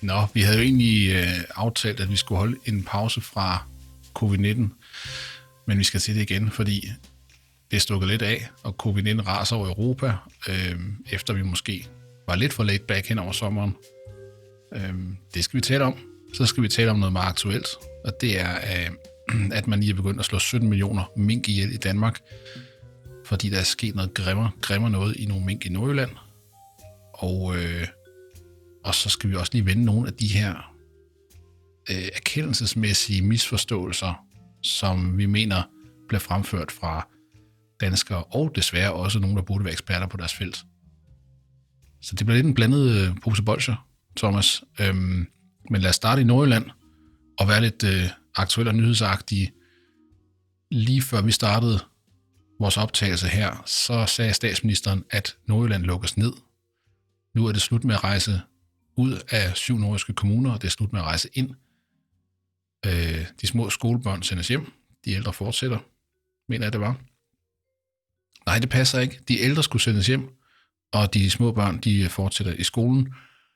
Nå, vi havde jo egentlig aftalt, at vi skulle holde en pause fra covid-19, men vi skal se det igen, fordi det er stukket lidt af, og covid-19 raser over Europa, efter vi måske var lidt for laid back hen over sommeren. Det skal vi tale om. Så skal vi tale om noget meget aktuelt, og det er, at man lige er begyndt at slå 17 millioner mink ihjel i Danmark, fordi der er sket noget grimmer noget i nogle mink i Nordjylland. Og så skal vi også lige vende nogle af de her erkendelsesmæssige misforståelser, som vi mener bliver fremført fra danskere, og desværre også nogen, der burde være eksperter på deres felt. Så det bliver lidt en blandet pose bolsjer, Thomas. Men lad os starte i Nordjylland og være lidt aktuelle og nyhedsagtige. Lige før vi startede vores optagelse her, så sagde statsministeren, at Nordjylland lukkes ned. Nu er det slut med at rejse ud af 7 nordjyske kommuner, og det er slut med at rejse ind. De små skolebørn sendes hjem, de ældre fortsætter, mener jeg det var. Nej, det passer ikke. De ældre skulle sendes hjem, og de små børn, de fortsætter i skolen.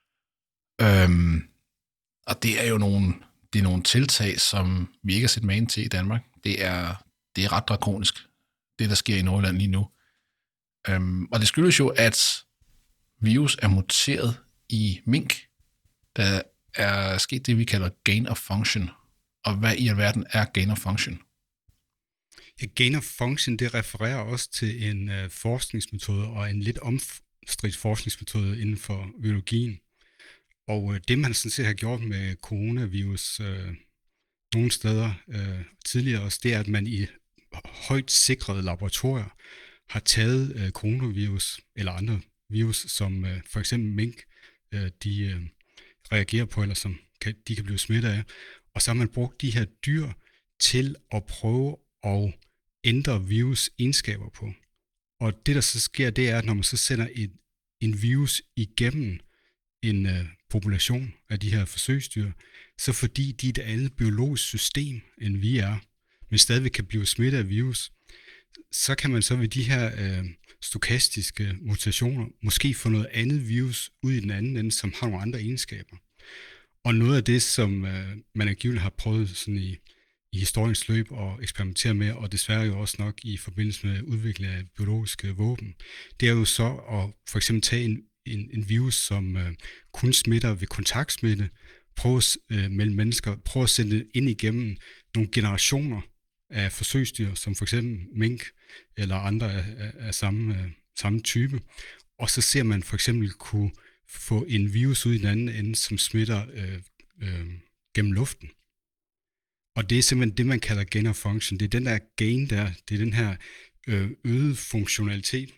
Og det er jo nogle tiltag, som vi ikke har set magen til i Danmark. Det er ret drakonisk, det der sker i Nordjylland lige nu. Og det skyldes jo, at virus er muteret i mink. Der er sket det, vi kalder gain of function. Og hvad i alverden er gain of function? Ja, gain of function, det refererer også til en forskningsmetode og en lidt omstridt forskningsmetode inden for biologien. Og det, man sådan set har gjort med coronavirus nogle steder tidligere også, det er, at man i højt sikrede laboratorier har taget coronavirus eller andre virus, som for eksempel mink, de reagerer på, eller som de kan blive smittet af. Og så har man brugt de her dyr til at prøve at ændre virus egenskaber på. Og det, der så sker, det er, at når man så sender en virus igennem en population af de her forsøgsdyr, så fordi de er et andet biologisk system, end vi er, men stadigvæk kan blive smittet af virus, så kan man så ved de her stokastiske mutationer måske få noget andet virus ud i den anden ende, som har nogle andre egenskaber. Og noget af det, som man angiveligt har prøvet sådan i historiens løb og eksperimentere med, og desværre jo også nok i forbindelse med udvikling af biologiske våben, det er jo så at for eksempel tage en virus, som kun smitter ved kontaktsmitte, prøve mellem mennesker, prøve at sende det ind igennem nogle generationer af forsøgsdyr, som for eksempel mink eller andre af samme type, og så ser man for eksempel kunne få en virus ud i den anden ende, som smitter gennem luften. Og det er simpelthen det, man kalder gain of function. Det er den der gain der, det er den her øgede funktionalitet,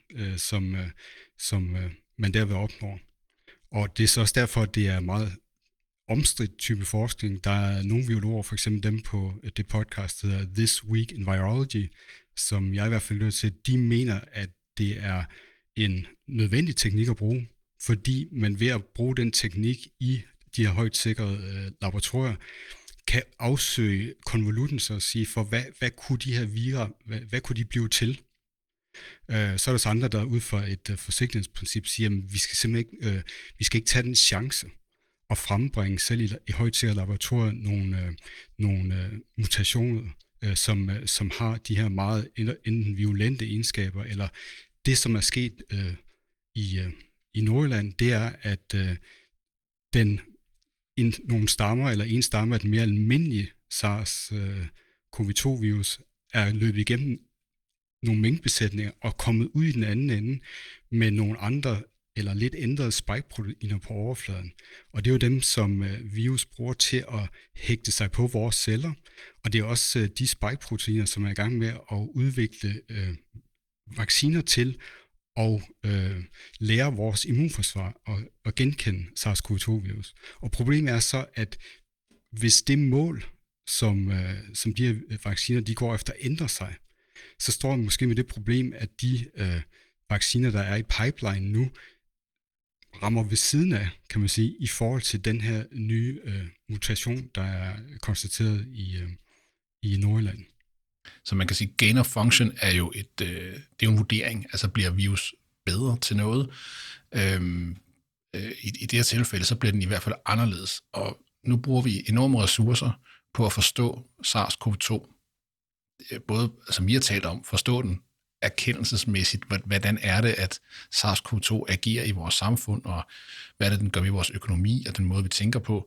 som man derved opnår. Og det er så også derfor, at det er meget omstridt type forskning. Der er nogle biologer, for eksempel dem på det podcast, der hedder This Week in Virology, som jeg i hvert fald lytter til, de mener, at det er en nødvendig teknik at bruge, fordi man ved at bruge den teknik i de her højt sikrede laboratorier, kan afsøge konvolutten og sige, for hvad kunne de her virer, hvad kunne de blive til? Så er der så andre, der ud fra et forsigtighedsprincip siger, at vi skal simpelthen ikke, vi skal ikke tage den chance at frembringe selv i højt sikrede laboratorier nogle mutationer, som har de her meget enten violente egenskaber, eller det, som er sket i Nordjylland, det er, at nogle stammer, eller en stamme af den mere almindelige SARS-CoV-2-virus, er løbet igennem nogle minkbesætninger og kommet ud i den anden ende med nogle andre eller lidt ændrede spike-proteiner på overfladen. Og det er jo dem, som virus bruger til at hægte sig på vores celler, og det er også de spike-proteiner, som er i gang med at udvikle vacciner til og lære vores immunforsvar og genkende SARS-CoV-2-virus. Og problemet er så, at hvis det mål, som de her vacciner de går efter, ændrer sig, så står man måske med det problem, at de vacciner, der er i pipeline nu, rammer ved siden af, kan man sige, i forhold til den her nye mutation, der er konstateret i Nordjylland. Så man kan sige, gain of function er jo det er jo en vurdering, altså bliver virus bedre til noget. i det her tilfælde, så bliver den i hvert fald anderledes. Og nu bruger vi enorme ressourcer på at forstå SARS-CoV-2. Både, som vi har talt om, forstå den erkendelsesmæssigt, hvordan er det, at SARS-CoV-2 agerer i vores samfund, og hvad er det, den gør ved vores økonomi, og den måde, vi tænker på.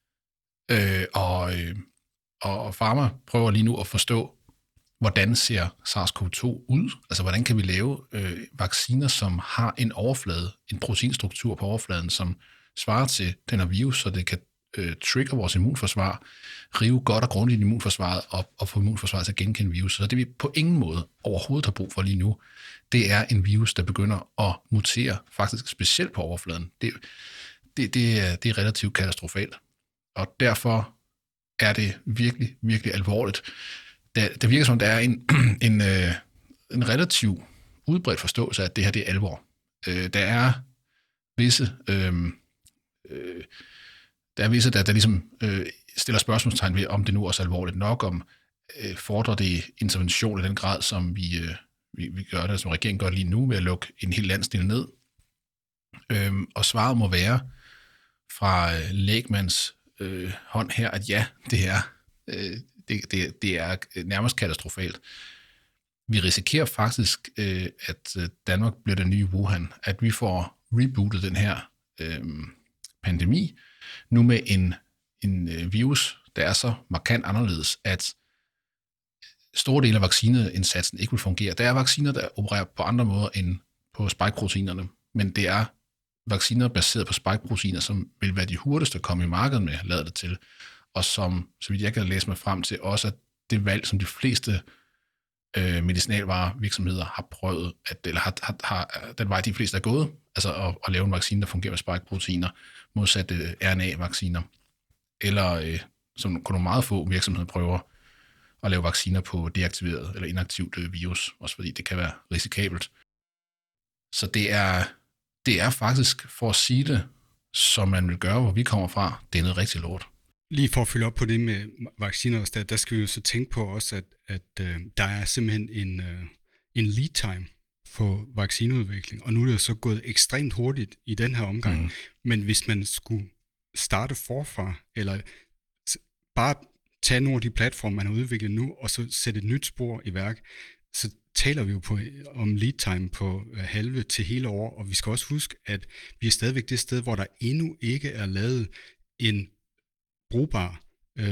Og Pharma prøver lige nu at forstå, hvordan ser SARS-CoV-2 ud? Altså, hvordan kan vi lave vacciner, som har en overflade, en proteinstruktur på overfladen, som svarer til den her virus, så det kan trigger vores immunforsvar, rive godt og grundigt immunforsvaret og få immunforsvaret til at genkende virus. Så det vi på ingen måde overhovedet har brug for lige nu, det er en virus, der begynder at mutere, faktisk specielt på overfladen. Det er relativt katastrofalt. Og derfor er det virkelig, virkelig alvorligt. Det virker som, der er en relativ udbredt forståelse af, at det her det er alvor. Der er visse, der ligesom stiller spørgsmålstegn ved, om det nu også er alvorligt nok, om fordrer det intervention i den grad, som vi gør det, som regeringen gør lige nu, ved at lukke en hel landsdel ned. Og svaret må være fra lægmands hånd her, at ja, det er nærmest katastrofalt. Vi risikerer faktisk, at Danmark bliver den nye Wuhan, at vi får rebootet den her pandemi, nu med en virus, der er så markant anderledes, at store dele af vaccineindsatsen ikke vil fungere. Der er vacciner, der opererer på andre måder end på spike-proteinerne, men det er vacciner baseret på spike-proteiner, som vil være de hurtigste at komme i markedet med, lader det til, og som, så vidt jeg kan læse mig frem til, også er det valg, som de fleste medicinalvarevirksomheder har prøvet, eller har den vej, de fleste er gået, altså at lave en vaccine, der fungerer med spike-proteiner, modsat RNA-vacciner. Eller som kun nogle meget få virksomheder prøver at lave vacciner på deaktiveret eller inaktivt virus, også fordi det kan være risikabelt. Så det er faktisk, for at sige det, som man vil gøre, hvor vi kommer fra, det er noget rigtig lort. Lige for at følge op på det med vacciner, der skal vi jo så tænke på også, at der er simpelthen en lead time for vaccineudvikling, og nu er det jo så gået ekstremt hurtigt i den her omgang. Men hvis man skulle starte forfra, eller bare tage nogle af de platforme, man har udviklet nu, og så sætte et nyt spor i værk, så taler vi jo om lead time på halve til hele år, og vi skal også huske, at vi er stadigvæk det sted, hvor der endnu ikke er lavet en brugbar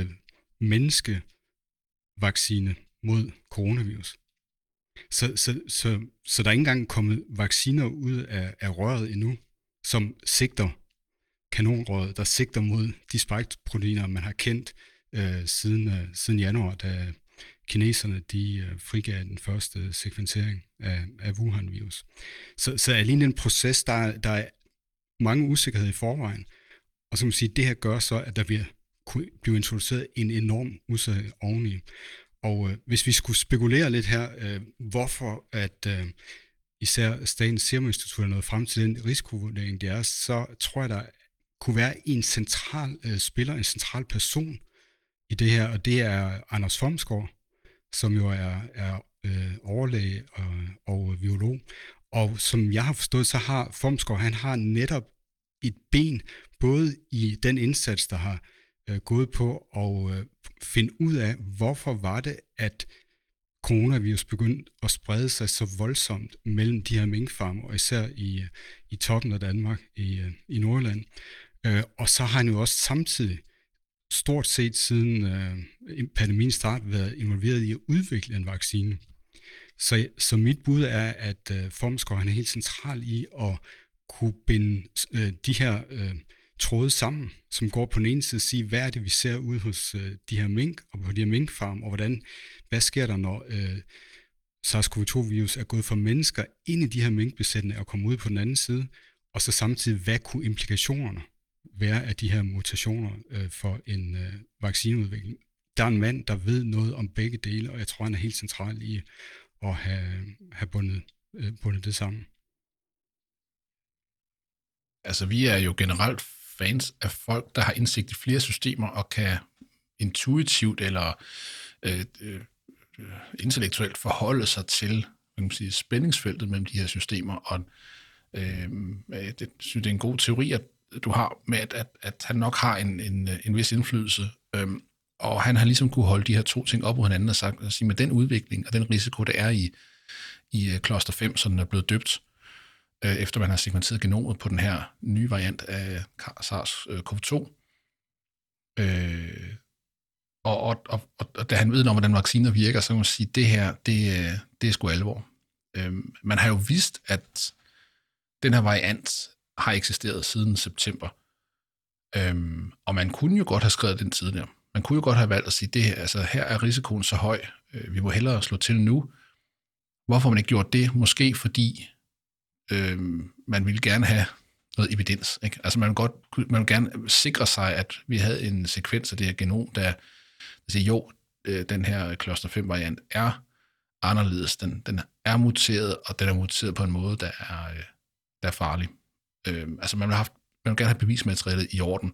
menneskevaccine mod coronavirus. Så der er ikke engang kommet vacciner ud af røret endnu, som sigter kanonrøret, der sigter mod de spike-proteiner, man har kendt siden januar, da kineserne de frigav den første sekventering af Wuhan-virus. Så alene den proces, der er mange usikkerheder i forvejen, og så må man sige, det her gør så, at der bliver introduceret en enorm usikkerhed oveni. Og hvis vi skulle spekulere lidt her, hvorfor at især Statens Serum Institut er nået frem til den risikovurdering, det er, så tror jeg, der kunne være en central spiller, en central person i det her, og det er Anders Fomsgaard, som jo er overlæge og biolog. Og som jeg har forstået, så har Fomsgaard, han har netop et ben, både i den indsats, der har gået på at finde ud af, hvorfor var det, at coronavirus begyndte at sprede sig så voldsomt mellem de her minkfarmer, og især i toppen af Danmark, i Nordjylland. Og så har han jo også samtidig stort set siden pandemien startede været involveret i at udvikle en vaccine. Så mit bud er, at Fomsgaard, han er helt central i at kunne binde de her tråde sammen, som går på den ene side og sige, hvad er det, vi ser ud hos de her mink, og på de her minkfarm, og hvad sker der, når SARS-CoV-2-virus er gået fra mennesker ind i de her minkbesætninger og kommer ud på den anden side, og så samtidig, hvad kunne implikationerne være af de her mutationer for en vaccineudvikling. Der er en mand, der ved noget om begge dele, og jeg tror, han er helt central i at have bundet det sammen. Altså, vi er jo generelt fans af folk, der har indsigt i flere systemer, og kan intuitivt eller intellektuelt forholde sig til, hvad kan man sige, spændingsfeltet mellem de her systemer. Og Jeg synes, det er en god teori, at du har med, at han nok har en vis indflydelse. Og han har ligesom kunne holde de her to ting op mod hinanden og sige, med den udvikling og den risiko, der er i Cluster 5, så den er blevet døbt, efter man har segmenteret genomet på den her nye variant af SARS-CoV-2. Og da han ved om, hvordan vacciner virker, så kan man sige, at det her, det er sgu alvor. Man har jo vidst, at den her variant har eksisteret siden september. Og man kunne jo godt have skrevet den tidligere. Man kunne jo godt have valgt at sige, her er risikoen så høj, vi må hellere slå til nu. Hvorfor man ikke gjort det? Måske fordi man ville gerne have noget evidens. Ikke? Altså man vil gerne sikre sig, at vi havde en sekvens af det her genom, der siger, jo, den her cluster 5-variant er anderledes. Den er muteret, og den er muteret på en måde, der er farlig. Altså man vil gerne have bevismaterialet i orden.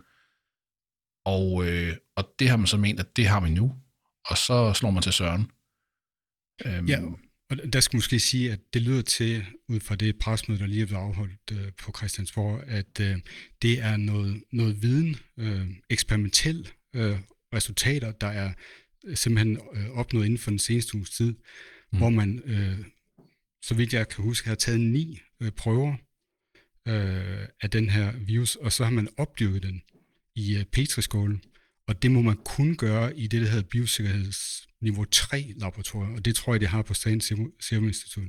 Og det har man så ment, at det har vi nu, og så slår man til søren. Ja, og der skal måske sige, at det lyder til, ud fra det presmøde, der lige er blevet afholdt på Christiansborg, at det er noget viden, eksperimentel resultater, der er simpelthen opnået inden for den seneste uges tid, hvor man, så vidt jeg kan huske, har taget 9 prøver af den her virus, og så har man opdyrket den i petriskåle, og det må man kun gøre i det, der hedder biosikkerhedsniveau 3-laboratoriet, og det tror jeg, det har på Statens Serum Institut.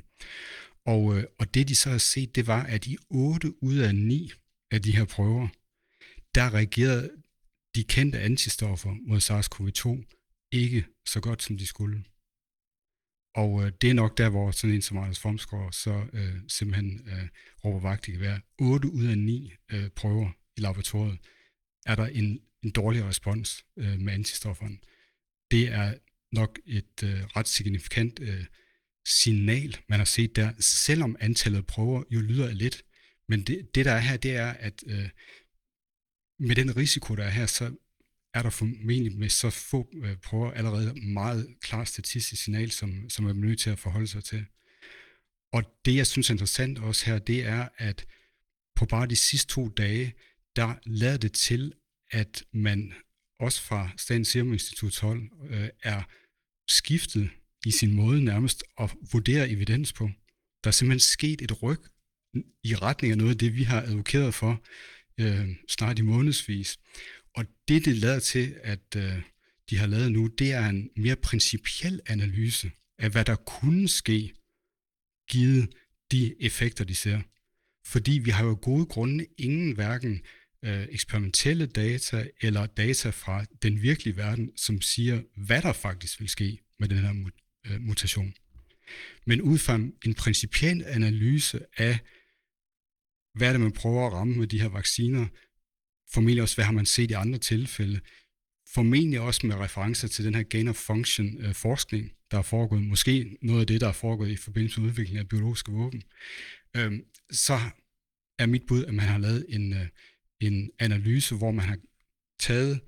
Og det, de så har set, det var, at i 8 ud af 9 af de her prøver, der reagerede de kendte antistoffer mod SARS-CoV-2 ikke så godt, som de skulle. Og det er nok der, hvor sådan en som Anders Fomsgaard så simpelthen råber vagt i gevær. 8 ud af 9 prøver i laboratoriet er der en dårligere respons med antistofferne. Det er nok et ret signifikant signal, man har set der, selvom antallet af prøver jo lyder lidt. Men det der er her, det er, at med den risiko, der er her, så er der formentlig med så få prøver allerede meget klart statistisk signal, som er nødt til at forholde sig til. Og det, jeg synes er interessant også her, det er, at på bare de sidste 2 dage, der lader det til, at man også fra Statens Serum Instituts hold er skiftet i sin måde nærmest at vurdere evidens på. Der er simpelthen sket et ryg i retning af noget af det, vi har advokeret for snart i månedsvis. Og det lader til, at de har lavet nu, det er en mere principiel analyse af, hvad der kunne ske, givet de effekter, de ser. Fordi vi har jo gode grunde hverken eksperimentelle data eller data fra den virkelige verden, som siger, hvad der faktisk vil ske med den her mutation. Men ud fra en principiel analyse af, hvad det man prøver at ramme med de her vacciner, formentlig også, hvad har man set i andre tilfælde, formentlig også med referencer til den her gain-of-function forskning, der er foregået, måske noget af det, der er foregået i forbindelse med udviklingen af biologiske våben, så er mit bud, at man har lavet en analyse, hvor man har taget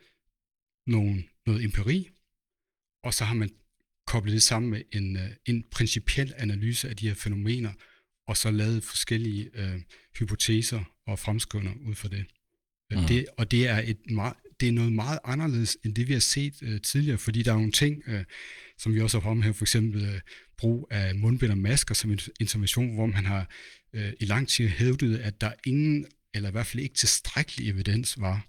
noget empiri, og så har man koblet det sammen med en principiel analyse af de her fænomener, og så lavet forskellige hypoteser og fremskrivninger ud fra det. Det er noget meget anderledes, end det vi har set tidligere, fordi der er nogle ting, som vi også har fremhævet, for eksempel brug af mundbind og masker som intervention, hvor man har i lang tid hævdet, at der ingen, eller i hvert fald ikke tilstrækkelig evidens var.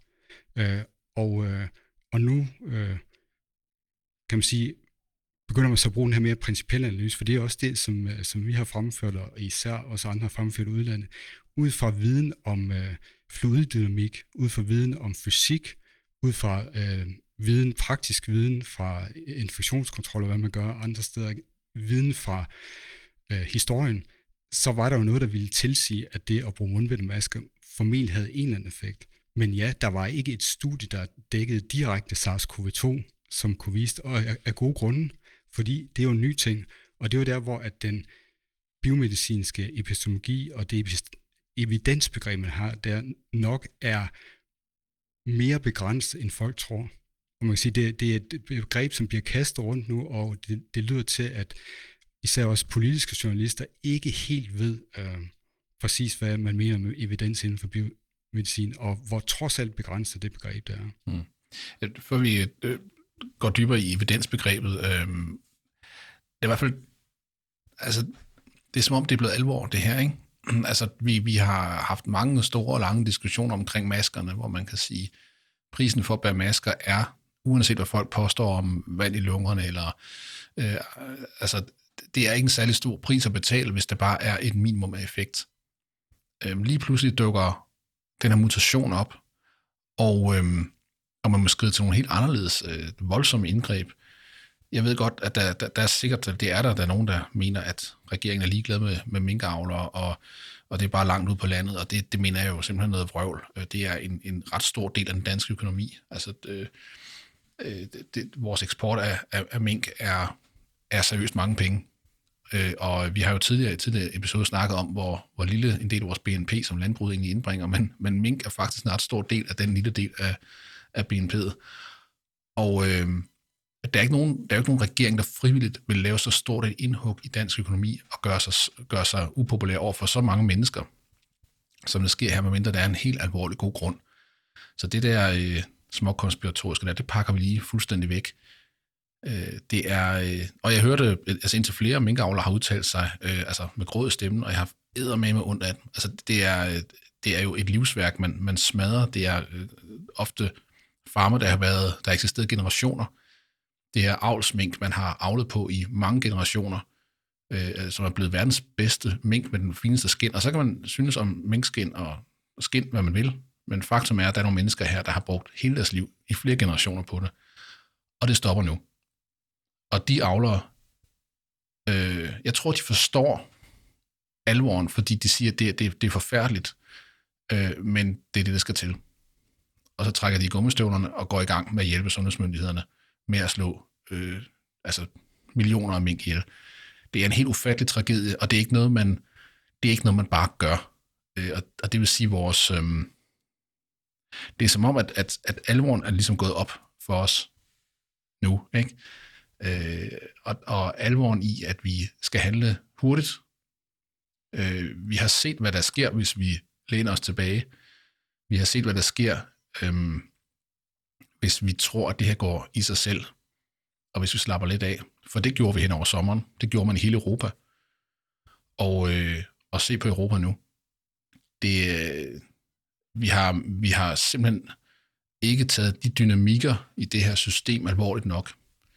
Og nu, kan man sige, begynder man så at bruge den her mere principielle analyse, for det er også det, som vi har fremført, og især også andre har fremført i udlandet, ud fra viden om fluiddynamik, ud fra viden om fysik, ud fra praktisk viden fra infektionskontrol og hvad man gør andre steder, viden fra historien, så var der jo noget, der ville tilsige, at det at bruge mundbind og masker formentlig havde en eller anden effekt. Men ja, der var ikke et studie, der dækkede direkte SARS-CoV-2, som kunne vise, og af gode grunde, fordi det er jo en ny ting, og det er jo der, hvor at den biomedicinske epistemologi og det evidensbegreb, man har, der nok er mere begrænset, end folk tror. Og man kan sige, det er et begreb, som bliver kastet rundt nu, og det lyder til, at især også politiske journalister ikke helt ved, præcis, hvad man mener med evidens inden for biomedicin, og hvor trods alt begrænset det begreb der er. Før vi går dybere i evidensbegrebet, det er i hvert fald, altså, det er som om, det er blevet alvor, det her, ikke? Altså, vi har haft mange store og lange diskussioner omkring maskerne, hvor man kan sige, prisen for at bære masker er, uanset hvad folk påstår om vand i lungerne, eller altså, det er ikke en særlig stor pris at betale, hvis det bare er et minimum af effekt. Lige pludselig dukker den her mutation op, og man må skride til nogle helt anderledes voldsomme indgreb. Jeg ved godt, at der er sikkert, at der er nogen, der mener, at regeringen er ligeglad med minkavlere, og det er bare langt ud på landet, og det mener jeg jo simpelthen noget vrøvl. Det er en ret stor del af den danske økonomi. Altså, vores eksport af mink er seriøst mange penge. Og vi har jo tidligere i episode snakket om, hvor lille en del af vores BNP, som landbruget egentlig indbringer, men mink er faktisk en ret stor del af den lille del af BNP'et. Og der er jo ikke nogen regering, der frivilligt vil lave så stort et indhug i dansk økonomi og gøre sig upopulær over for så mange mennesker, som det sker her, medmindre der er en helt alvorlig god grund. Så det der småkonspiratoriske der, det pakker vi lige fuldstændig væk. Det er, og jeg hørte, altså indtil flere minkavlere har udtalt sig, altså med gråd i stemmen, og jeg har eddermame ondt af det. Altså det er jo et livsværk, man smadrer. Det er ofte farmer, der har eksisteret generationer. Det er avlsmink, man har avlet på i mange generationer, som er blevet verdens bedste mink med den fineste skin. Og så kan man synes om minkskin og skin, hvad man vil. Men faktum er, at der er nogle mennesker her, der har brugt hele deres liv i flere generationer på det. Og det stopper nu. Og de avlere, jeg tror, de forstår alvoren, fordi de siger, at det er forfærdeligt, men det er det, der skal til. Og så trækker de i gummistøvlerne og går i gang med at hjælpe sundhedsmyndighederne med at slå millioner af mink ihjel. Det er en helt ufattelig tragedie, og det er ikke noget, man bare gør. Og det vil sige, det er som om, at alvoren er ligesom gået op for os nu, ikke? Og alvoren i, at vi skal handle hurtigt. Vi har set, hvad der sker, hvis vi læner os tilbage. Vi har set, hvad der sker, hvis vi tror, at det her går i sig selv, og hvis vi slapper lidt af. For det gjorde vi hen over sommeren. Det gjorde man i hele Europa. Og se på Europa nu. Vi har simpelthen ikke taget de dynamikker i det her system alvorligt nok.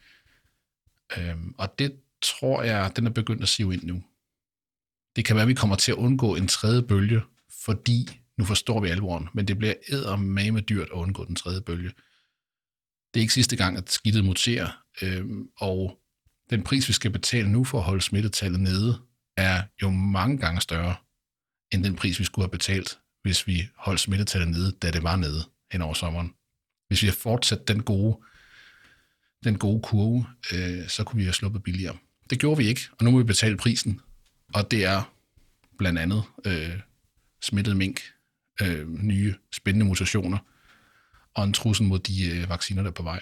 Og det tror jeg, den er begyndt at sive ind nu. Det kan være, at vi kommer til at undgå en tredje bølge, fordi nu forstår vi alvoren, men det bliver eddermame dyrt at undgå den tredje bølge. Det er ikke sidste gang, at skidtet muterer, og den pris, vi skal betale nu for at holde smittetallet nede, er jo mange gange større, end den pris, vi skulle have betalt, hvis vi holdt smittetallet nede, da det var nede hen over sommeren. Hvis vi har fortsat den gode kurve, så kunne vi have sluppet billigere. Det gjorde vi ikke, og nu må vi betale prisen, og det er blandt andet smittet mink, nye spændende mutationer, og en trussel mod de vacciner, der er på vej.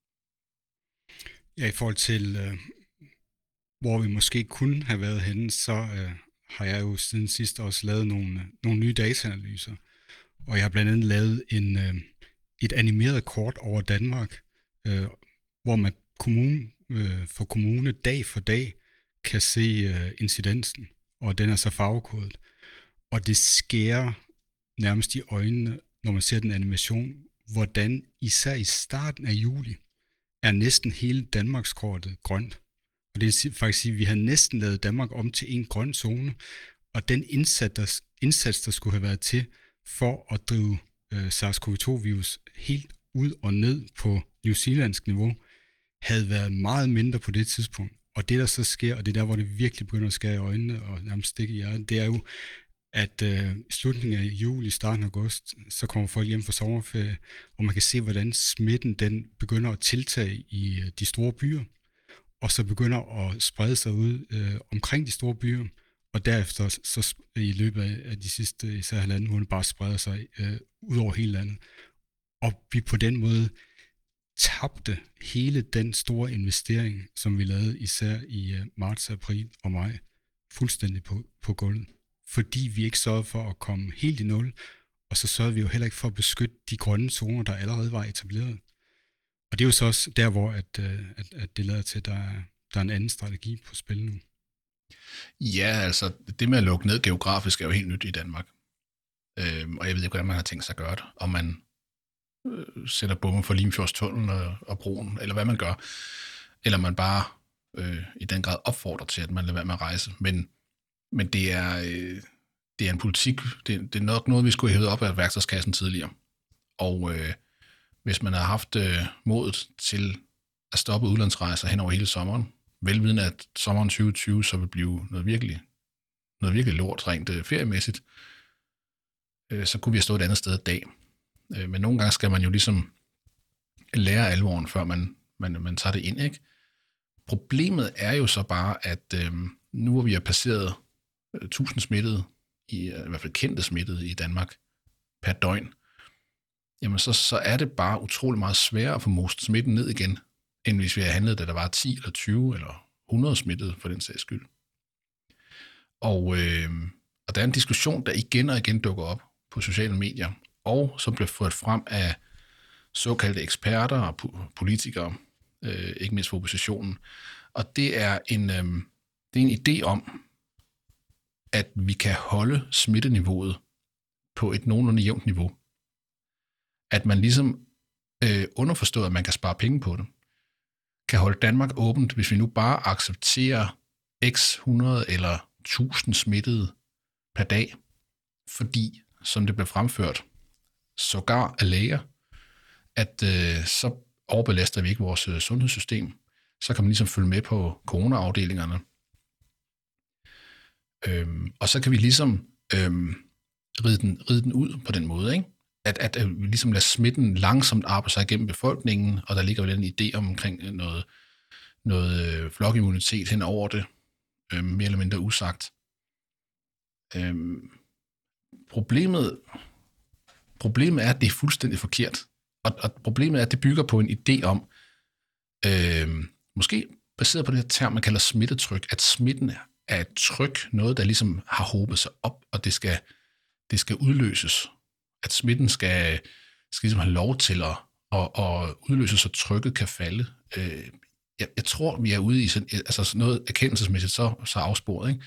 Ja, i forhold til, hvor vi måske kunne have været henne, så har jeg jo siden sidst også lavet nogle nye dataanalyser, og jeg har blandt andet lavet et animeret kort over Danmark, hvor man for kommune dag for dag kan se incidensen, og den er så farvekodet. Og det skærer nærmest i øjnene, når man ser den animation, hvordan især i starten af juli er næsten hele Danmarkskortet grønt. Og det vil faktisk sige, at vi har næsten lavet Danmark om til en grøn zone, og den indsats, der skulle have været til for at drive SARS-CoV-2-virus helt ud og ned på New Zealandsk niveau, havde været meget mindre på det tidspunkt. Og det, der så sker, og det er der, hvor det virkelig begynder at skære i øjnene og nærmest stikke i hjertet, det er jo, at i slutningen af juli, starten af august, så kommer folk hjem fra sommerferie, og man kan se, hvordan smitten den begynder at tiltage i de store byer, og så begynder at sprede sig ud omkring de store byer, og derefter så i løbet af de sidste især halvanden måned bare spreder sig ud over hele landet. Og vi på den måde tabte hele den store investering, som vi lavede især i marts, april og maj, fuldstændig på gulvet. fordi vi ikke sørgede for at komme helt i nul, og så sørgede vi jo heller ikke for at beskytte de grønne zoner, der allerede var etableret. Og det er jo så også der, hvor at det lader til, at der er en anden strategi på spil nu. Ja, altså det med at lukke ned geografisk er jo helt nyt i Danmark. Og jeg ved ikke, hvordan man har tænkt sig at gøre det. Om man sætter bomber for Limfjordstunnelen og broen, eller hvad man gør. Eller man bare i den grad opfordrer til, at man lader være med at rejse. Men det er en politik, det er nok noget, vi skulle have hævet op af værktøjskassen tidligere. Og hvis man har haft modet til at stoppe udlandsrejser hen over hele sommeren, velvidende at sommeren 2020 så vil blive noget virkelig lort rent feriemæssigt, så kunne vi have stået et andet sted i dag. Men nogle gange skal man jo ligesom lære alvoren, før man tager det ind, ikke? Problemet er jo så bare, at nu hvor vi har passeret 1000 smittede, i hvert fald kendte smittede i Danmark per døgn, jamen så er det bare utrolig meget sværere at få most smitten ned igen, end hvis vi havde handlet, da der var 10 eller 20 eller 100 smittede for den sags skyld. Og der er en diskussion, der igen og igen dukker op på sociale medier, og som bliver ført frem af såkaldte eksperter og politikere, ikke mindst for oppositionen. Og det er en idé om, at vi kan holde smitteniveauet på et nogenlunde jævnt niveau. At man ligesom underforstår, at man kan spare penge på det. Kan holde Danmark åbent, hvis vi nu bare accepterer x 100 eller 1000 smittede per dag. Fordi, som det blev fremført, sågar af læger, at så overbelaster vi ikke vores sundhedssystem. Så kan man ligesom følge med på coronaafdelingerne. Og så kan vi ligesom ride den ud på den måde, ikke? At vi ligesom lader smitten langsomt arbejde sig igennem befolkningen, og der ligger jo en idé omkring noget flokimmunitet hen over det, mere eller mindre usagt. Problemet er, at det er fuldstændig forkert. Og problemet er, at det bygger på en idé om, måske baseret på det her term, man kalder smittetryk, at smitten er et tryk, noget, der ligesom har hobet sig op, og det skal udløses. At smitten skal ligesom have lov til at udløses, så trykket kan falde. Jeg tror, vi er ude i sådan noget erkendelsesmæssigt så afsporet, ikke?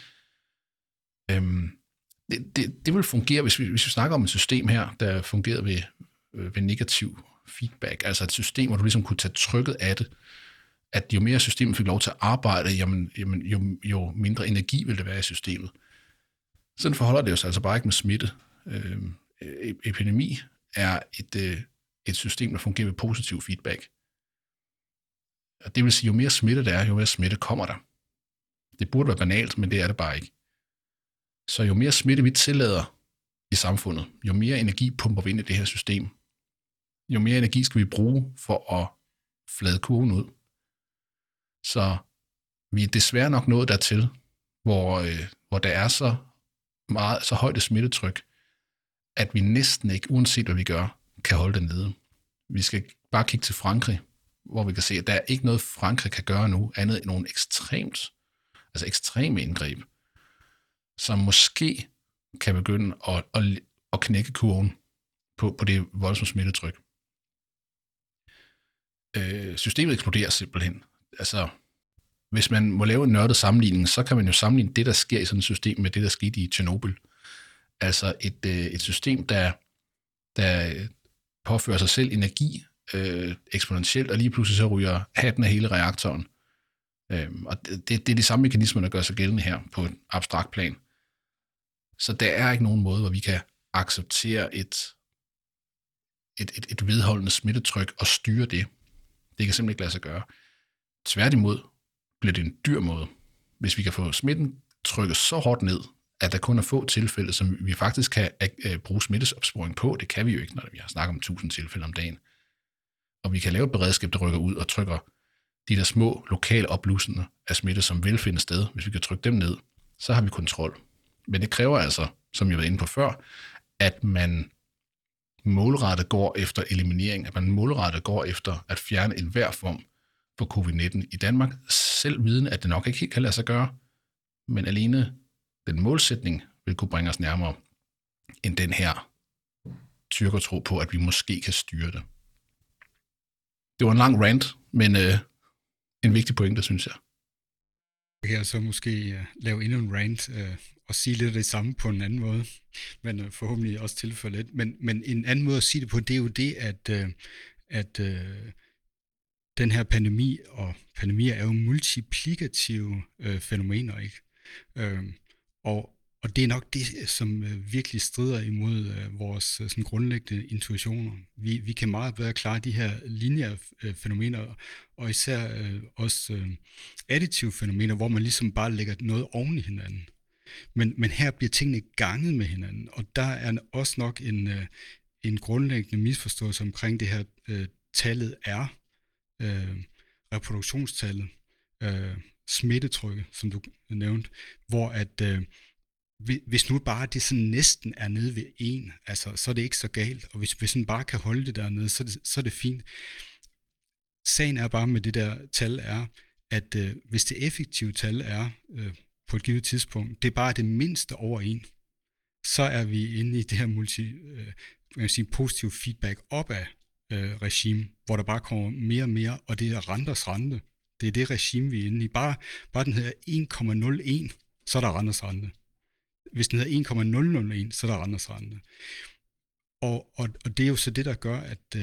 Det vil fungere, hvis vi snakker om et system her, der fungerer ved negativ feedback, altså et system, hvor du ligesom kunne tage trykket af det, at jo mere systemet fik lov til at arbejde, jo mindre energi vil det være i systemet. Sådan forholder det jo sig altså bare ikke med smitte. Epidemi er et system, der fungerer ved positiv feedback. Og det vil sige, jo mere smitte der er, jo mere smitte kommer der. Det burde være banalt, men det er det bare ikke. Så jo mere smitte vi tillader i samfundet, jo mere energi pumper vi ind i det her system. Jo mere energi skal vi bruge for at flade kurven ud. Så vi er desværre nok nået dertil, hvor der er så højt et smittetryk, at vi næsten ikke, uanset hvad vi gør, kan holde det nede. Vi skal bare kigge til Frankrig, hvor vi kan se, at der er ikke noget, Frankrig kan gøre nu, andet end nogle ekstreme indgreb, som måske kan begynde at knække kurven på det voldsomme smittetryk. Systemet eksploderer simpelthen. Altså, hvis man må lave en nørdet sammenligning, så kan man jo sammenligne det, der sker i sådan et system, med det, der skete i Tjernobyl. Altså et system, der påfører sig selv energi eksponentielt, og lige pludselig så ryger hatten af hele reaktoren. Og det er de samme mekanismer, der gør sig gældende her på et abstrakt plan. Så der er ikke nogen måde, hvor vi kan acceptere et vedholdende smittetryk og styre det. Det kan simpelthen ikke lade sig gøre. Tværtimod bliver det en dyr måde. Hvis vi kan få smitten trykket så hårdt ned, at der kun er få tilfælde, som vi faktisk kan bruge smittesopsporing på, det kan vi jo ikke, når vi har snakket om 1000 tilfælde om dagen. Og vi kan lave et beredskab, der rykker ud og trykker de der små lokale opblussende af smitte, som vil finde sted. Hvis vi kan trykke dem ned, så har vi kontrol. Men det kræver altså, som jeg var inde på før, at man målrettet går efter eliminering, at man målrettet går efter at fjerne enhver form for covid-19 i Danmark, selv viden, at det nok ikke helt kan lade sig gøre, men alene den målsætning vil kunne bringe os nærmere, end den her tyrkertro på, at vi måske kan styre det. Det var en lang rant, men en vigtig pointe, synes jeg. Jeg kan så måske lave endnu en rant og sige lidt af det samme på en anden måde, men forhåbentlig også tilføje lidt. Men en anden måde at sige det på, det er jo det, at den her pandemi, og pandemier er jo multiplikative fænomener, ikke? Og det er nok det, som virkelig strider imod vores sådan grundlæggende intuitioner. Vi kan meget bedre klare de her lineære fænomener, og især også additive fænomener, hvor man ligesom bare lægger noget oven i hinanden. Men her bliver tingene ganget med hinanden, og der er også nok en grundlæggende misforståelse omkring det her tallet er, reproduktionstallet, smittetrykket, som du nævnte, hvor at hvis nu bare det sådan næsten er nede ved 1, altså, så er det ikke så galt, og hvis man bare kan holde det dernede, så er det fint. Sagen er bare med det der tal er, at hvis det effektive tal er på et givet tidspunkt, det er bare det mindste over 1, så er vi inde i det her positiv feedback opad regime, hvor der bare kommer mere og mere, og det er renters rente. Det er det regime, vi er inde i. Bare den hedder 1,01, så er der renters rente. Hvis den hedder 1,001, så er der renters rente. Og det er jo så det, der gør,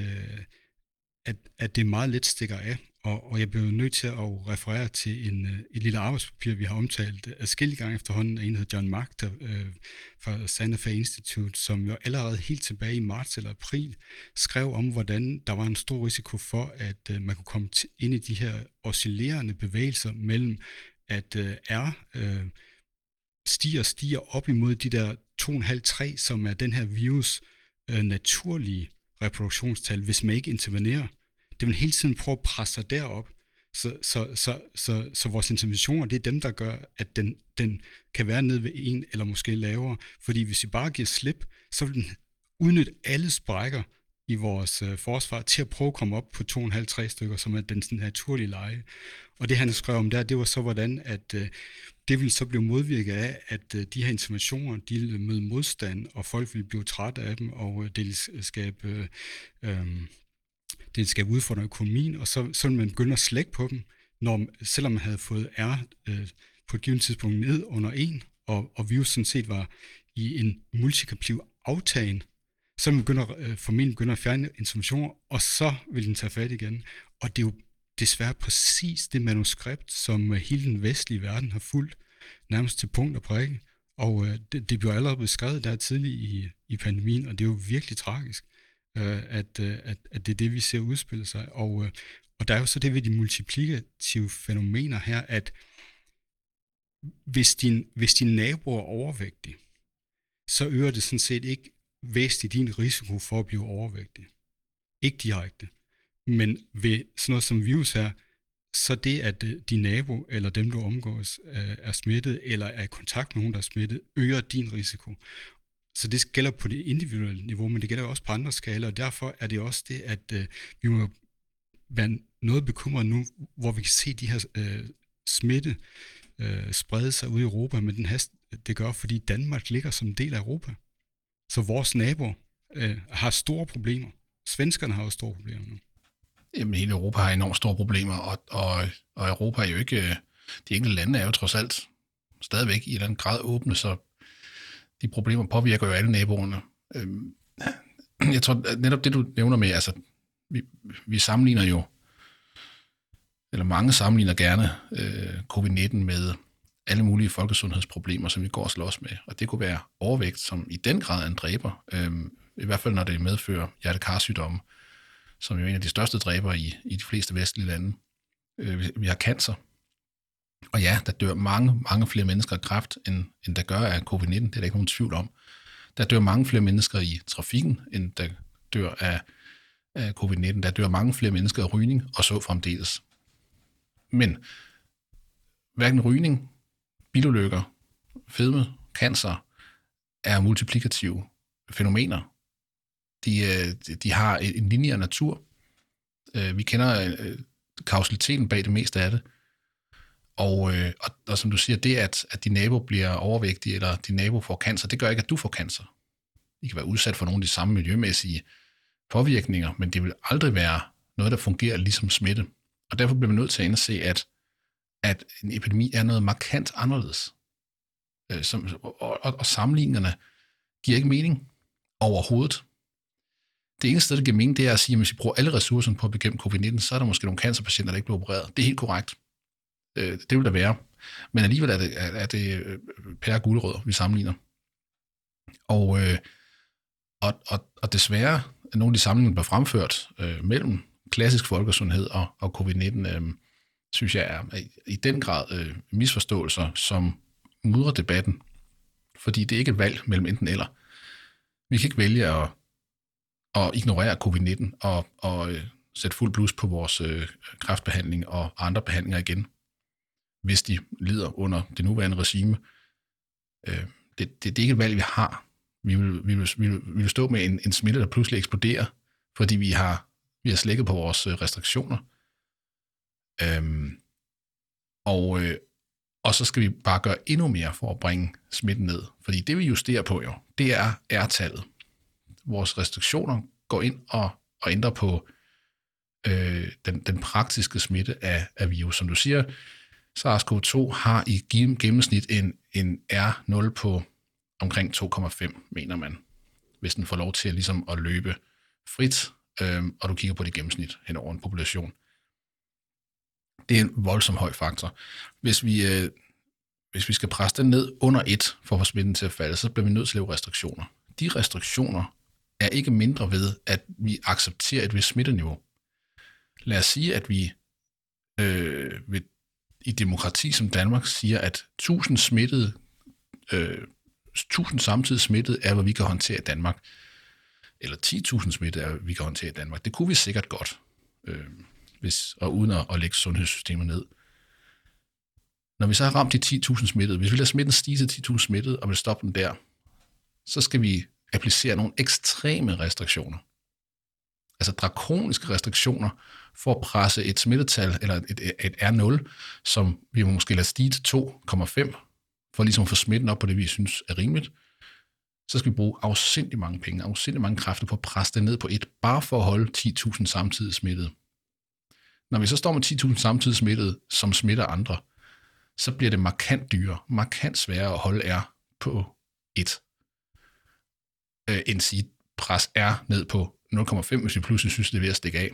at det meget let stikker af. Og jeg blev nødt til at referere til et lille arbejdspapir, vi har omtalt adskillige gange efterhånden, en hedder John Mark fra Santa Fe Institute, som jo allerede helt tilbage i marts eller april skrev om, hvordan der var en stor risiko for, at man kunne komme ind i de her oscillerende bevægelser mellem, at stiger op imod de der 2,5-3, som er den her virus naturlige reproduktionstal, hvis man ikke intervenerer. Det vil hele tiden prøve at presse sig derop, så vores interventioner, det er dem, der gør, at den kan være nede ved 1 eller måske lavere. Fordi hvis vi bare giver slip, så vil den udnytte alle sprækker i vores forsvar til at prøve at komme op på 2,5-3 stykker, som er den naturlige leje. Og det han skrev om der, det var så hvordan, at det ville så blive modvirket af, at de her interventioner, de ville møde modstand, og folk ville blive trætte af dem, og det ville skabe udfordringer i økonomien, og så ville man begynde at slække på dem, selvom man havde fået på et givet tidspunkt ned under 1, og virus sådan set var i en multiplikativ aftagen, så ville man formentlig begynde at fjerne interventioner, og så ville den tage fat igen. Og det er jo desværre præcis det manuskript, som hele den vestlige verden har fulgt, nærmest til punkt og prikke. Og det blev allerede beskrevet der tidligt i pandemien, og det er jo virkelig tragisk, at det er det, vi ser udspille sig. Og der er jo så det ved de multiplikative fænomener her, at hvis din nabo er overvægtig, så øger det sådan set ikke væsentligt din risiko for at blive overvægtig. Ikke direkte. Men ved sådan noget som virus her, så det, at din nabo eller dem, du omgås, er smittet, eller er i kontakt med nogen, der er smittet, øger din risiko. Så det gælder på det individuelle niveau, men det gælder også på andre skala, og derfor er det også det, at vi må være noget bekymret nu, hvor vi kan se de her smitte sprede sig ud i Europa, men den hast, det gør, fordi Danmark ligger som en del af Europa. Så vores naboer har store problemer. Svenskerne har også store problemer nu. Jamen, hele Europa har enormt store problemer, og Europa er jo ikke... De enkelte lande er jo trods alt stadigvæk i den grad åbne, så de problemer påvirker jo alle naboerne. Jeg tror, netop det, du nævner med, altså, vi sammenligner jo, eller mange sammenligner gerne covid-19 med alle mulige folkesundhedsproblemer, som vi går og slås med. Og det kunne være overvægt, som i den grad er en dræber, i hvert fald når det medfører hjerte-karsygdomme, som jo er en af de største dræbere i de fleste vestlige lande. Vi har cancer. Og ja, der dør mange flere mennesker af kræft, end der gør af covid-19. Det er der ikke nogen tvivl om. Der dør mange flere mennesker i trafikken, end der dør af covid-19. Der dør mange flere mennesker af rygning, og så fremdeles. Men hverken rygning, bilulykker, fedme, cancer er multiplikative fænomener. De har en lineær natur. Vi kender kausaliteten bag det meste af det. Og som du siger, det at din nabo bliver overvægtig, eller din nabo får cancer, det gør ikke, at du får cancer. I kan være udsat for nogle af de samme miljømæssige påvirkninger, men det vil aldrig være noget, der fungerer ligesom smitte. Og derfor bliver man nødt til at indse, at en epidemi er noget markant anderledes. Og sammenligningerne giver ikke mening overhovedet. Det eneste sted, der giver mening, det er at sige, at hvis vi bruger alle ressourcerne på at bekæmpe covid-19, så er der måske nogle cancerpatienter, der ikke bliver opereret. Det er helt korrekt. Det vil der være. Men alligevel er det pære gulerødder, vi sammenligner. Og desværre, nogle af de sammenligninger, der bliver fremført mellem klassisk folkesundhed og covid-19, synes jeg er i den grad misforståelser, som mudrer debatten. Fordi det er ikke et valg mellem enten eller. Vi kan ikke vælge at ignorere covid-19 og sætte fuld blus på vores kræftbehandling og andre behandlinger igen, hvis de lider under det nuværende regime. Det er ikke et valg, vi har. Vi vil stå med en smitte, der pludselig eksploderer, fordi vi har slækket på vores restriktioner. Og så skal vi bare gøre endnu mere for at bringe smitten ned. Fordi det, vi justerer på jo, det er R-tallet. Vores restriktioner går ind og ændrer på den praktiske smitte af virus. Som du siger, SARS-CoV-2 har i gennemsnit en R0 på omkring 2,5, mener man, hvis den får lov til ligesom at løbe frit, og du kigger på det gennemsnit hen over en population. Det er en voldsom høj faktor. Hvis vi skal presse den ned under 1 for at få smitten til at falde, så bliver vi nødt til at lave restriktioner. De restriktioner er ikke mindre ved, at vi accepterer et vist smitteniveau. Lad os sige, at vi i demokrati som Danmark siger, at 1000 samtidig smittede er, hvad vi kan håndtere i Danmark. Eller 10.000 smittede er, hvad vi kan håndtere i Danmark. Det kunne vi sikkert godt, og uden at lægge sundhedssystemet ned. Når vi så har ramt de 10.000 smittede, hvis vi lader smitten stige til 10.000 smittede, og vil stoppe den der, så skal vi applicere nogle ekstreme restriktioner. Altså drakoniske restriktioner for at presse et smittetal, eller et R0, som vi måske lader stige til 2,5, for ligesom at få smitten op på det, vi synes er rimeligt. Så skal vi bruge afsindig mange penge, afsindig mange kræfter på at presse det ned på 1, bare for at holde 10.000 samtidig smittede. Når vi så står med 10.000 samtidig smittede, som smitter andre, så bliver det markant dyrere, markant sværere at holde R på 1, end sige pres R ned på 0,5, hvis vi pludselig synes, det er ved at stikke af.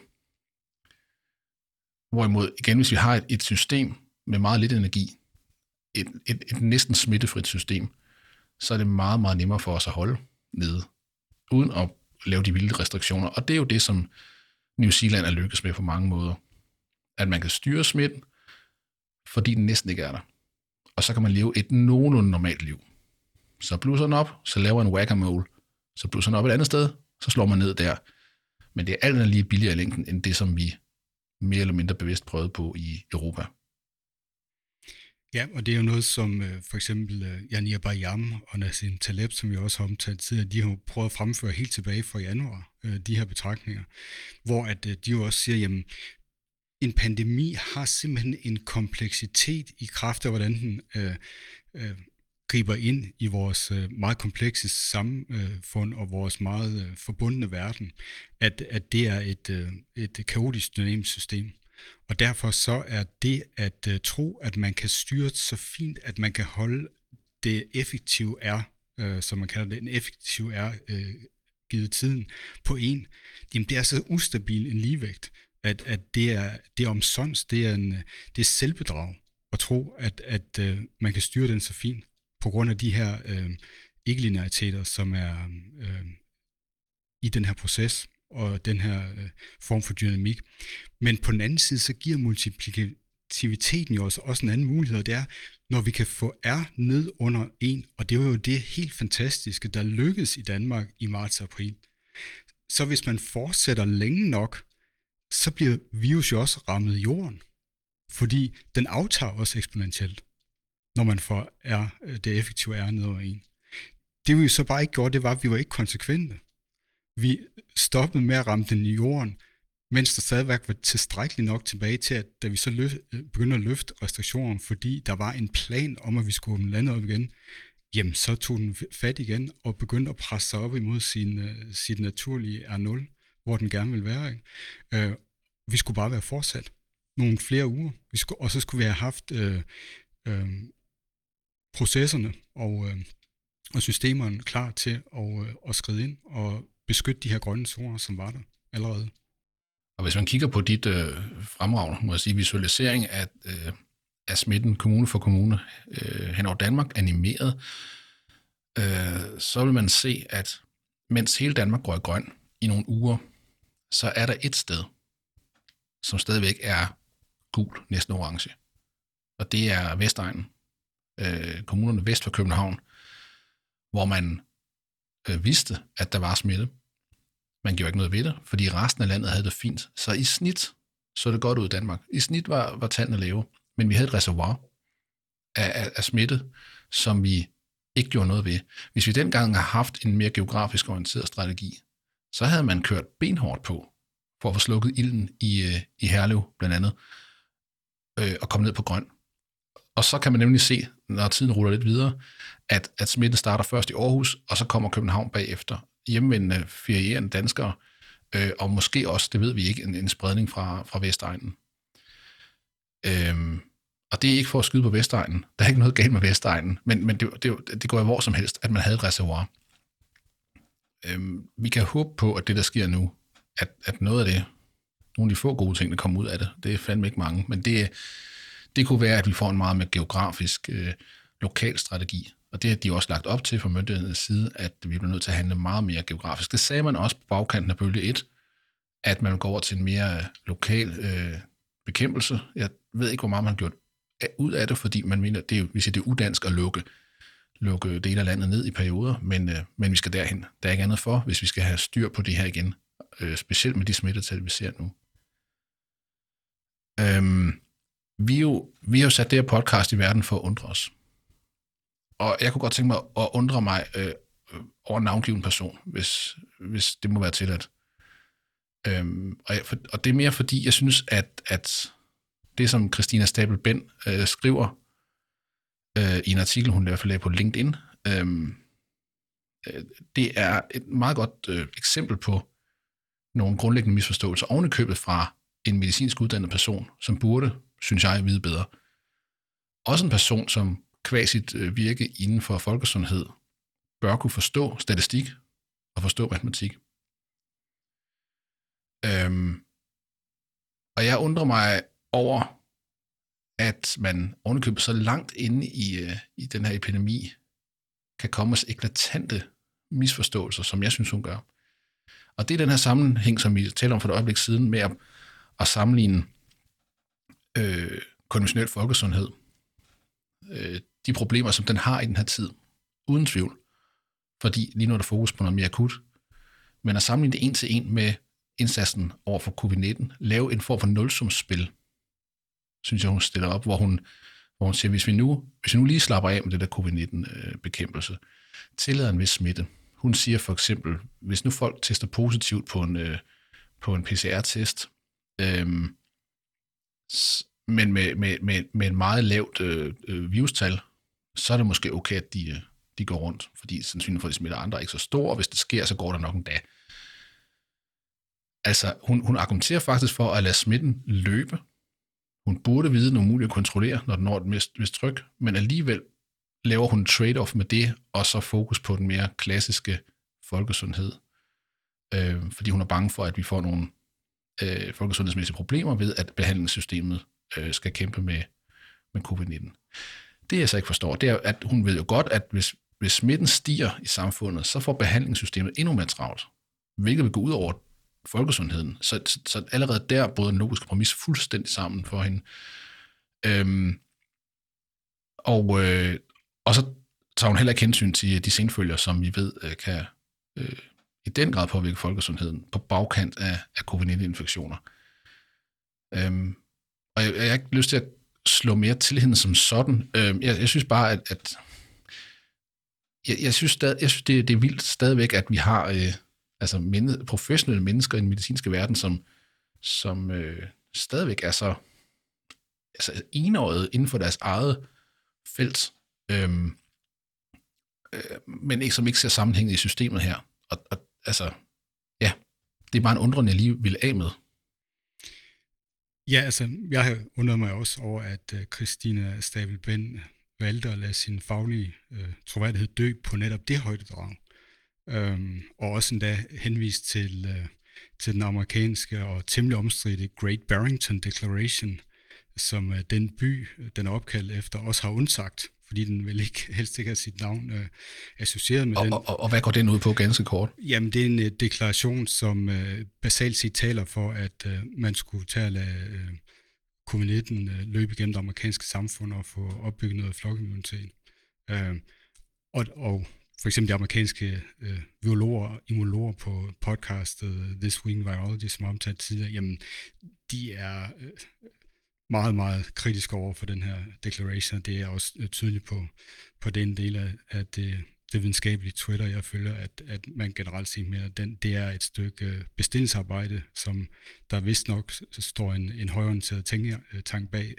Hvorimod, igen, hvis vi har et system med meget lidt energi, et næsten smittefrit system, så er det meget, meget nemmere for os at holde nede, uden at lave de vilde restriktioner. Og det er jo det, som New Zealand er lykkes med på mange måder. At man kan styre smitten, fordi den næsten ikke er der. Og så kan man leve et nogenlunde normalt liv. Så blusser den op, så laver en whack-a-mole, så blusser den op et andet sted, så slår man ned der. Men det er alt andet lige billigere i længden, end det, som vi mere eller mindre bevidst prøvede på i Europa. Ja, og det er jo noget, som for eksempel Yanir Bayam og Nassim Taleb, som vi også har omtalt tidligere, de har prøvet at fremføre helt tilbage fra januar, de her betragtninger, hvor at de jo også siger, jamen, en pandemi har simpelthen en kompleksitet i kraft af, hvordan den griber ind i vores meget komplekse samfund og vores meget forbundne verden, at det er et kaotisk dynamisk system. Og derfor så er det at tro, at man kan styre det så fint, at man kan holde det effektive R, som man kalder det, en effektiv R givet tiden på 1, jamen det er så ustabil en ligevægt, at det er omsonst, det er selvbedrag at tro, at man kan styre den så fint, på grund af de her ikke-lineariteter, som er i den her proces, og den her form for dynamik. Men på den anden side, så giver multiplikativiteten jo også en anden mulighed, og det er, når vi kan få R ned under 1, og det var jo det helt fantastiske, der lykkedes i Danmark i marts og april. Så hvis man fortsætter længe nok, så bliver virus jo også rammet i jorden, fordi den aftager også eksponentielt, når man får det effektive R ned over 1. Det vi så bare ikke gjorde, det var, at vi var ikke konsekvente. Vi stoppede med at ramme den i jorden mens der stadigvæk var tilstrækkeligt nok tilbage til, at da vi så begyndte at løfte restriktionerne, fordi der var en plan om, at vi skulle åbne landet op igen, jamen så tog den fat igen og begyndte at presse sig op imod sit naturlige R0, hvor den gerne ville være. Ikke? Vi skulle bare være fortsat nogle flere uger, og så skulle vi have haft processerne og systemerne klar til at skride ind og beskytte de her grønne zoner, som var der allerede. Og hvis man kigger på dit fremragende, må jeg sige, visualisering af smitten kommune for kommune hen over Danmark, animeret, så vil man se, at mens hele Danmark går i grøn i nogle uger, så er der et sted, som stadigvæk er gul, næsten orange. Og det er Vestegnen, kommunerne vest for København, hvor man vidste, at der var smitte. Man gjorde ikke noget ved det, fordi resten af landet havde det fint. Så i snit så det godt ud i Danmark. I snit var tallene lave, men vi havde et reservoir af smitte, som vi ikke gjorde noget ved. Hvis vi dengang har haft en mere geografisk orienteret strategi, så havde man kørt benhårdt på, for at få slukket ilden i Herlev blandt andet, og komme ned på grøn. Og så kan man nemlig se, når tiden ruller lidt videre, at smitten starter først i Aarhus, og så kommer København bagefter. Hjemmevendende ferierende danskere, og måske også, det ved vi ikke, en spredning fra Vestegnen. Og det er ikke for at skyde på Vestegnen. Der er ikke noget galt med Vestegnen, men det går jo hvor som helst, at man havde et reservoir. Vi kan håbe på, at det, der sker nu, at noget af det, nogle af de få gode ting, der kommer ud af det, det er fandme ikke mange, men det kunne være, at vi får en meget mere geografisk, lokal strategi. Og det har de også lagt op til fra myndighedernes side, at vi bliver nødt til at handle meget mere geografisk. Det sagde man også på bagkanten af bølge 1, at man går over til en mere lokal bekæmpelse. Jeg ved ikke, hvor meget man har gjort ud af det, fordi man mener, det er udansk at lukke dele af landet ned i perioder, men vi skal derhen. Der er ikke andet for, hvis vi skal have styr på det her igen, specielt med de smittetal, vi ser nu. Vi har jo sat det her podcast i verden for at undre os. Og jeg kunne godt tænke mig at undre mig over en navngiven person, hvis det må være tilladt. Og det er mere fordi, jeg synes, at det, som Christina Stabel-Ben skriver i en artikel, hun i hvert fald lagde på LinkedIn, det er et meget godt eksempel på nogle grundlæggende misforståelser ovenikøbet fra en medicinsk uddannet person, som burde, synes jeg, vide bedre. Også en person, som qua sit virke inden for folkesundhed bør kunne forstå statistik og forstå matematik. Og jeg undrer mig over, at man ovenikøbet så langt inde i den her epidemi kan komme med eklatante misforståelser, som jeg synes, hun gør. Og det er den her sammenhæng, som vi taler om for et øjeblik siden, med at sammenligne konventionel folkesundhed, de problemer, som den har i den her tid, uden tvivl, fordi lige nu er der fokus på noget mere akut, men at sammenligne det en til en med indsatsen over for covid-19, lave en form for nulsumsspil, synes jeg, hun stiller op, hvor hun siger, hvis vi nu lige slapper af med det der covid-19-bekæmpelse, tillader en vis smitte. Hun siger for eksempel, hvis nu folk tester positivt på en PCR-test, men med et meget lavt virustal, så er det måske okay, at de går rundt, fordi sandsynligheden for, at de smitter andre er ikke så stor, og hvis det sker, så går der nok en dag. Altså, hun argumenterer faktisk for at lade smitten løbe. Hun burde vide, den er umuligt at kontrollere, når den når et vist tryk, men alligevel laver hun en trade-off med det, og så fokus på den mere klassiske folkesundhed. Fordi hun er bange for, at vi får nogle folkesundhedsmæssige problemer ved, at behandlingssystemet skal kæmpe med covid-19. Det jeg så ikke forstår, det er, at hun ved jo godt, at hvis smitten stiger i samfundet, så får behandlingssystemet endnu mere travlt, hvilket vil gå ud over folkesundheden. Så allerede der bryder den logiske præmis fuldstændig sammen for hende. Og så tager hun heller ikke hensyn til de senfølger, som vi ved kan i den grad påvirke folkesundheden på bagkant af covid-19-infektioner. Og jeg har ikke lyst til at slå mere til hende som sådan. Jeg synes bare, at jeg synes det er vildt stadigvæk, at vi har professionelle mennesker i den medicinske verden, som stadigvæk er så enøjet inden for deres eget felt, men som ikke ser sammenhænget i systemet her. Og altså, ja, det er bare en undren, jeg lige vil af med. Ja, altså, jeg har undret mig også over, at Christina Stabel Benn valgte at lade sin faglige troværdighed dø på netop det højdedrag. Og også endda henvist til den amerikanske og temmelig omstridte Great Barrington Declaration, som den by, den er opkaldt efter, også har undsagt, fordi den vil helst ikke have sit navn associeret med den. Og hvad går den ud på ganske kort? Jamen, det er en deklaration, som basalt set taler for, at man skulle tage at lade covid-19 løbe igennem det amerikanske samfund og få opbygget noget flokimmunitet. Og for eksempel de amerikanske virologer og immunologer på podcastet This Week in Virology, som er omtalt tidligere, jamen, de er meget, meget kritiske over for den her declaration. Det er også tydeligt på den del af det videnskabelige Twitter, jeg følger, at man generelt set mener, at det er et stykke bestillingsarbejde, som der vist nok står en højorienteret tanke bag.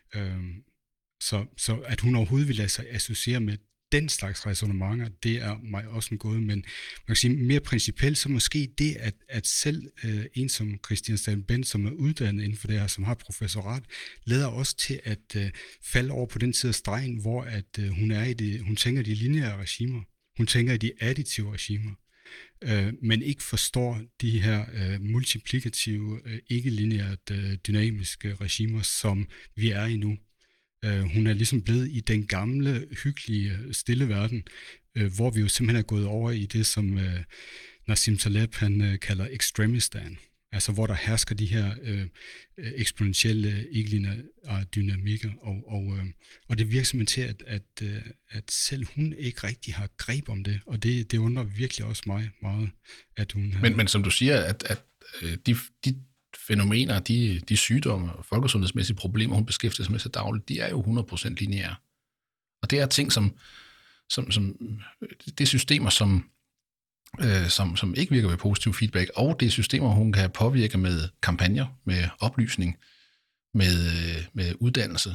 Så at hun overhovedet vil lade sig associere med den slags ræsonnementer, det er mig også en gåde, men man kan sige mere principielt, så måske det, at selv en som Christina Stabel Benn, som er uddannet inden for det her, som har professorat, leder også til at falde over på den side af stregen, hvor at hun tænker de lineære regimer, hun tænker de additive regimer, men ikke forstår de her multiplikative, ikke-lineært dynamiske regimer, som vi er i nu. Hun er ligesom blevet i den gamle, hyggelige, stille verden, hvor vi jo simpelthen er gået over i det, som Nassim Taleb han kalder extremistan. Altså hvor der hersker de her eksponentielle, ikke-lineære dynamikker. Og det virker simpelthen til, at selv hun ikke rigtig har greb om det. Og det undrer virkelig også mig meget, at hun har... Men som du siger, at de fænomener, de sygdomme og folkesundhedsmæssige problemer, hun beskæftiger sig med så dagligt, de er jo 100% lineære. Og det er ting, som det er systemer, som ikke virker ved positiv feedback, og det er systemer, hun kan påvirke med kampagner, med oplysning, med uddannelse.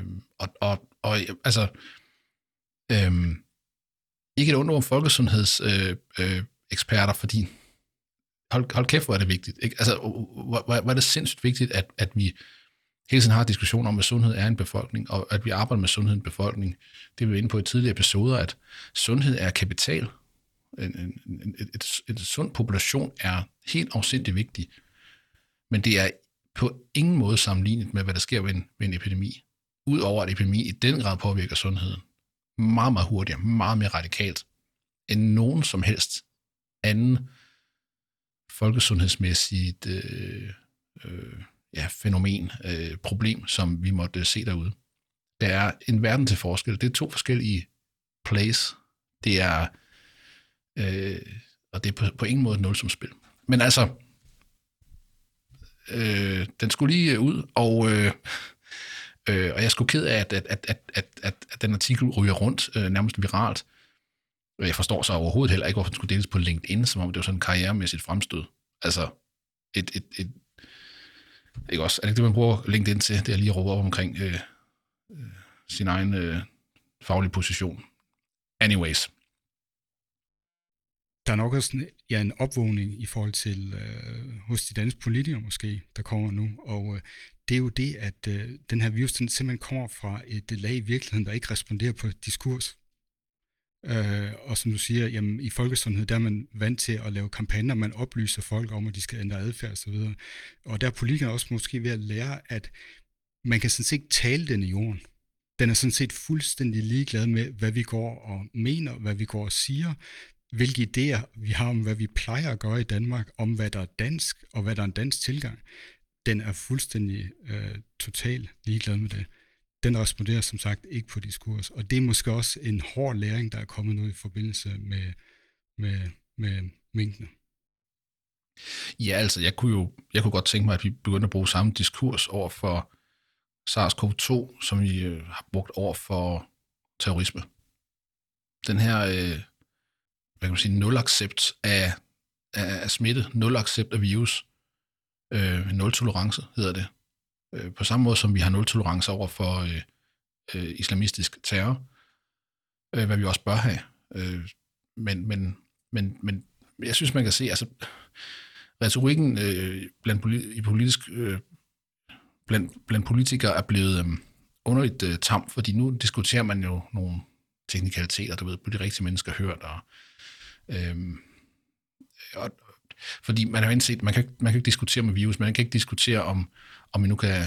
Ikke et under om folkesundhedseksperter, fordi hold kæft, hvor er det vigtigt. Ikke? Altså, hvor er det sindssygt vigtigt, at vi hele tiden har diskussioner om, hvad sundhed er en befolkning, og at vi arbejder med sundhed i en befolkning. Det vi var inde på i tidligere episoder, at sundhed er kapital. En sund population er helt afsindigt vigtig, men det er på ingen måde sammenlignet med, hvad der sker ved en epidemi. Udover at epidemi i den grad påvirker sundheden meget, meget hurtigere, meget mere radikalt, end nogen som helst anden folkesundhedsmæssigt fænomen, problem, som vi måtte se derude. Der er en verden til forskel. Det er 2 forskellige plays. Det er og det er på ingen måde et nulsumsspil. Men altså, den skulle lige ud, og jeg er sgu ked af, at den artikel ryger rundt nærmest viralt. Jeg forstår så overhovedet heller ikke, hvorfor den skulle deles på LinkedIn, som om det var sådan en karrieremæssigt fremstød. Altså, ikke også? Er det ikke det, man bruger LinkedIn til? Det er lige at råbe op omkring sin egen faglige position. Anyways. Der er nok også en opvågning i forhold til hos de danske politikere måske, der kommer nu, og det er jo det, at den her virus den simpelthen kommer fra et lag i virkeligheden, der ikke responderer på diskurs. Og som du siger, jamen, i folkesundhed, der er man vant til at lave kampagner, man oplyser folk om, at de skal ændre adfærd osv. Og der er politikere også måske ved at lære, at man kan sådan set ikke tale den i jorden. Den er sådan set fuldstændig ligeglad med, hvad vi går og mener, hvad vi går og siger, hvilke idéer vi har om, hvad vi plejer at gøre i Danmark, om hvad der er dansk, og hvad der er en dansk tilgang. Den er fuldstændig totalt ligeglad med det. Den responderer som sagt ikke på diskurs, og det er måske også en hård læring, der er kommet nu i forbindelse med minkene. Ja, altså, jeg kunne godt tænke mig, at vi begyndte at bruge samme diskurs over for SARS-CoV-2, som vi har brugt over for terrorisme. Den her, hvad kan man sige, nul accept af smitte, nul accept af virus, nul-tolerance, hedder det. På samme måde som vi har nul-tolerance over for islamistisk terror, hvad vi også bør have. Men jeg synes, man kan se, altså retorikken blandt politikere er blevet underligt tam, fordi nu diskuterer man jo nogle teknikaliteter, du ved, på de rigtige mennesker hørt, og fordi man har indset, man kan ikke diskutere med virus, man kan ikke diskutere om vi nu kan,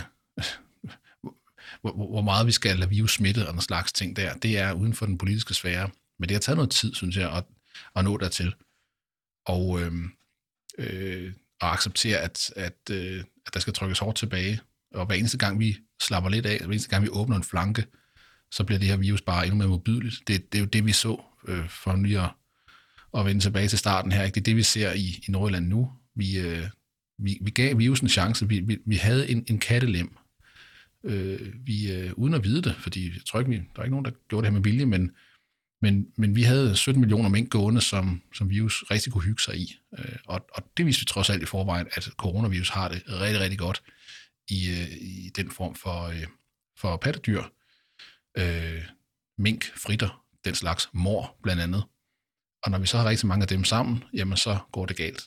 hvor meget vi skal lade virus smitte og en slags ting der. Det er uden for den politiske sfære, men det har taget noget tid, synes jeg, at nå dertil. Og acceptere, at der skal trykkes hårdt tilbage, og hver eneste gang vi slapper lidt af, hver eneste gang vi åbner en flanke, så bliver det her virus bare endnu mere modbydeligt. Det er jo det, vi så for lige at vende tilbage til starten her. Ikke? Det er det, vi ser i Nordjylland nu. Vi gav virusen en chance. Vi havde en kattelem. Uden at vide det, fordi jeg tror ikke, der er ikke nogen, der gjorde det her med vilje, men vi havde 17 millioner mink gående, som virus rigtig kunne hygge sig i. Og det viser vi trods alt i forvejen, at coronavirus har det rigtig, rigtig godt i den form for pattedyr. Mink, fritter, den slags mor blandt andet. Og når vi så har rigtig mange af dem sammen, jamen så går det galt.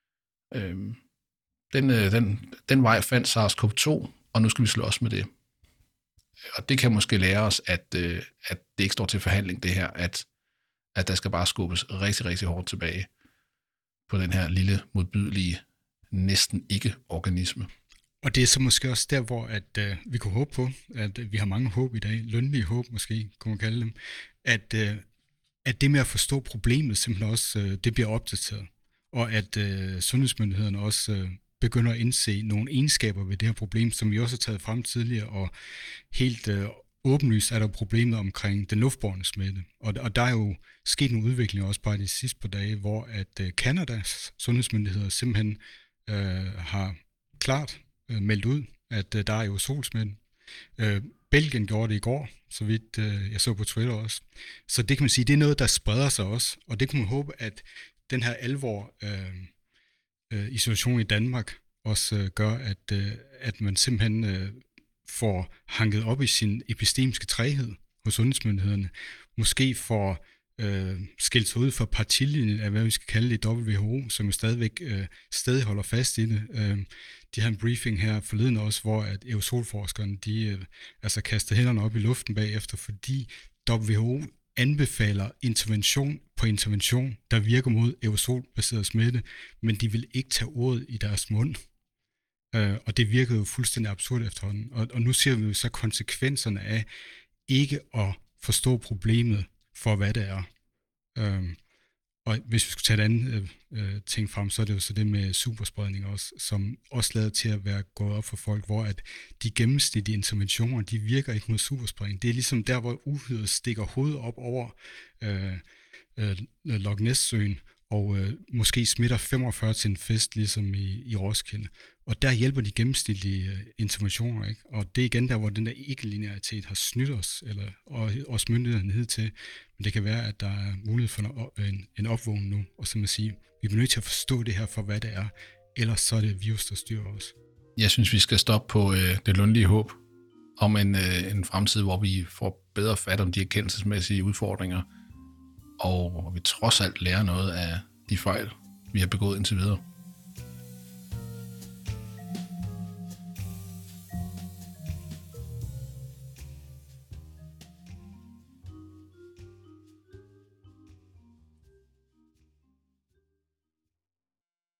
Den vej fandt SARS-CoV-2, og nu skal vi slås med det. Og det kan måske lære os, at det ikke står til forhandling, det her, at der skal bare skubbes rigtig, rigtig hårdt tilbage på den her lille, modbydelige, næsten ikke-organisme. Og det er så måske også der, hvor at, vi kunne håbe på, at vi har mange håb i dag, lønlige håb måske, kunne man kalde dem, at det med at forstå problemet simpelthen også, det bliver opdateret, og at sundhedsmyndighederne også begynder at indse nogle egenskaber ved det her problem, som vi også har taget frem tidligere, og helt åbenlyst er der problemet omkring den luftbårne smitte. Og der er jo sket en udvikling også bare de sidste par dage, hvor at Canadas sundhedsmyndigheder simpelthen har klart meldt ud, at der er aerosolsmitte. Belgien gjorde det i går, så vidt jeg så på Twitter også. Så det kan man sige, det er noget, der spreder sig også, og det kan man håbe, at den her alvor isolation i Danmark også gør, at man simpelthen får hanket op i sin epistemiske træghed hos sundhedsmyndighederne. Måske får skilt sig ud for partilinjen af, hvad vi skal kalde det, WHO, som jo stadigvæk stadig holder fast i det. De har en briefing her forleden også, hvor at aerosolforskerne, de altså kastede hænderne op i luften bagefter, fordi WHO anbefaler intervention på intervention, der virker mod aerosolbaseret smitte, men de vil ikke tage ordet i deres mund. Og det virkede jo fuldstændig absurd efterhånden. Og nu ser vi jo så konsekvenserne af ikke at forstå problemet for, hvad det er. Og hvis vi skulle tage et andet ting frem, så er det jo så det med superspredning også, som også lader til at være gået op for folk, hvor at de gennemsnitlige interventioner, de virker ikke mod superspredning. Det er ligesom der, hvor uhyret stikker hovedet op over Loch Ness-søen, og måske smitter 45 til en fest, ligesom i Roskilde. Og der hjælper de gennemsnitlige interventioner, ikke? Og det er igen der, hvor den der ikke-linearitet har snydt os, og også myndighederne ned til. Men det kan være, at der er mulighed for en opvågning nu, og så man sige, vi bliver nødt til at forstå det her for, hvad det er, ellers så er det virus, der styrer os. Jeg synes, vi skal stoppe på det lønlige håb om en fremtid, hvor vi får bedre fat om de erkendelsesmæssige udfordringer, og vi trods alt lærer noget af de fejl, vi har begået indtil videre.